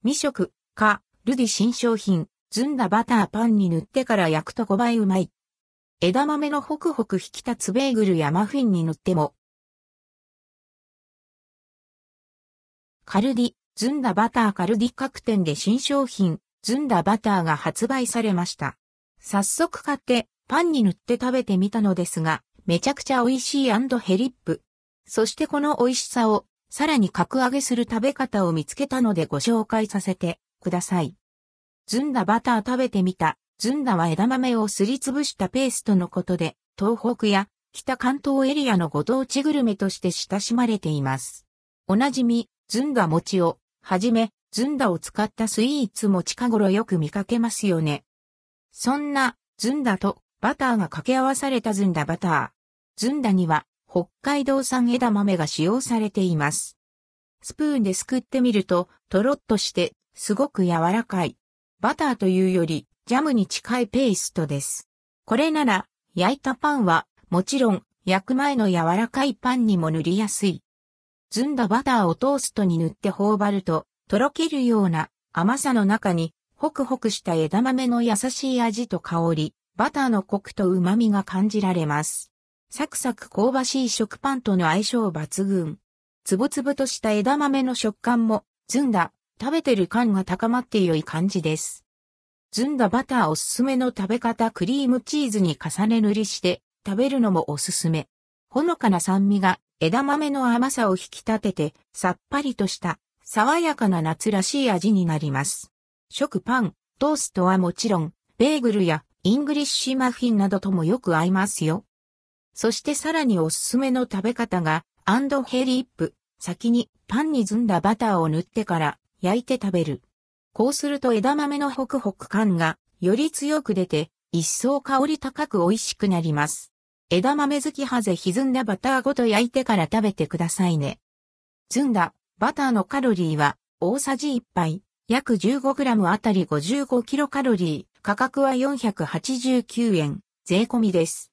未食、ルディ新商品、ずんだバターパンに塗ってから焼くと5倍うまい。枝豆のホクホク引き立つベーグルやマフィンに塗っても。カルディ、ずんだバターカルディ各店で新商品、ずんだバターが発売されました。早速買ってパンに塗って食べてみたのですが、めちゃくちゃ美味しい&ヘリップ。そしてこの美味しさをさらに格上げする食べ方を見つけたのでご紹介させてください。ずんだバター食べてみた。ずんだは枝豆をすりつぶしたペーストのことで、東北や北関東エリアのご当地グルメとして親しまれています。おなじみ、ずんだ餅をはじめ、ずんだを使ったスイーツも近頃よく見かけますよね。そんなずんだとバターが掛け合わされたずんだバター。ずんだには北海道産枝豆が使用されています。スプーンですくってみるととろっとしてすごく柔らかい。バターというよりジャムに近いペーストです。これなら焼いたパンはもちろん焼く前の柔らかいパンにも塗りやすい。ずんだバターをトーストに塗って頬張るととろけるような甘さの中にホクホクした枝豆の優しい味と香り、バターのコクと旨味が感じられます。サクサク香ばしい食パンとの相性抜群。つぶつぶとした枝豆の食感もずんだ、食べてる感が高まって良い感じです。ずんだバターおすすめの食べ方クリームチーズに重ね塗りして食べるのもおすすめ。ほのかな酸味が枝豆の甘さを引き立ててさっぱりとした爽やかな夏らしい味になります。食パン、トーストはもちろんベーグルやイングリッシュマフィンなどともよく合いますよ。そしてさらにおすすめの食べ方が&ヘリップ。先にパンにずんだバターを塗ってから焼いて食べる。こうすると枝豆のホクホク感がより強く出て一層香り高く美味しくなります。枝豆好きはぜひずんだバターごと焼いてから食べてくださいね。ずんだバターのカロリーは大さじ1杯、約 15g あたり55キロカロリー、価格は489円、税込みです。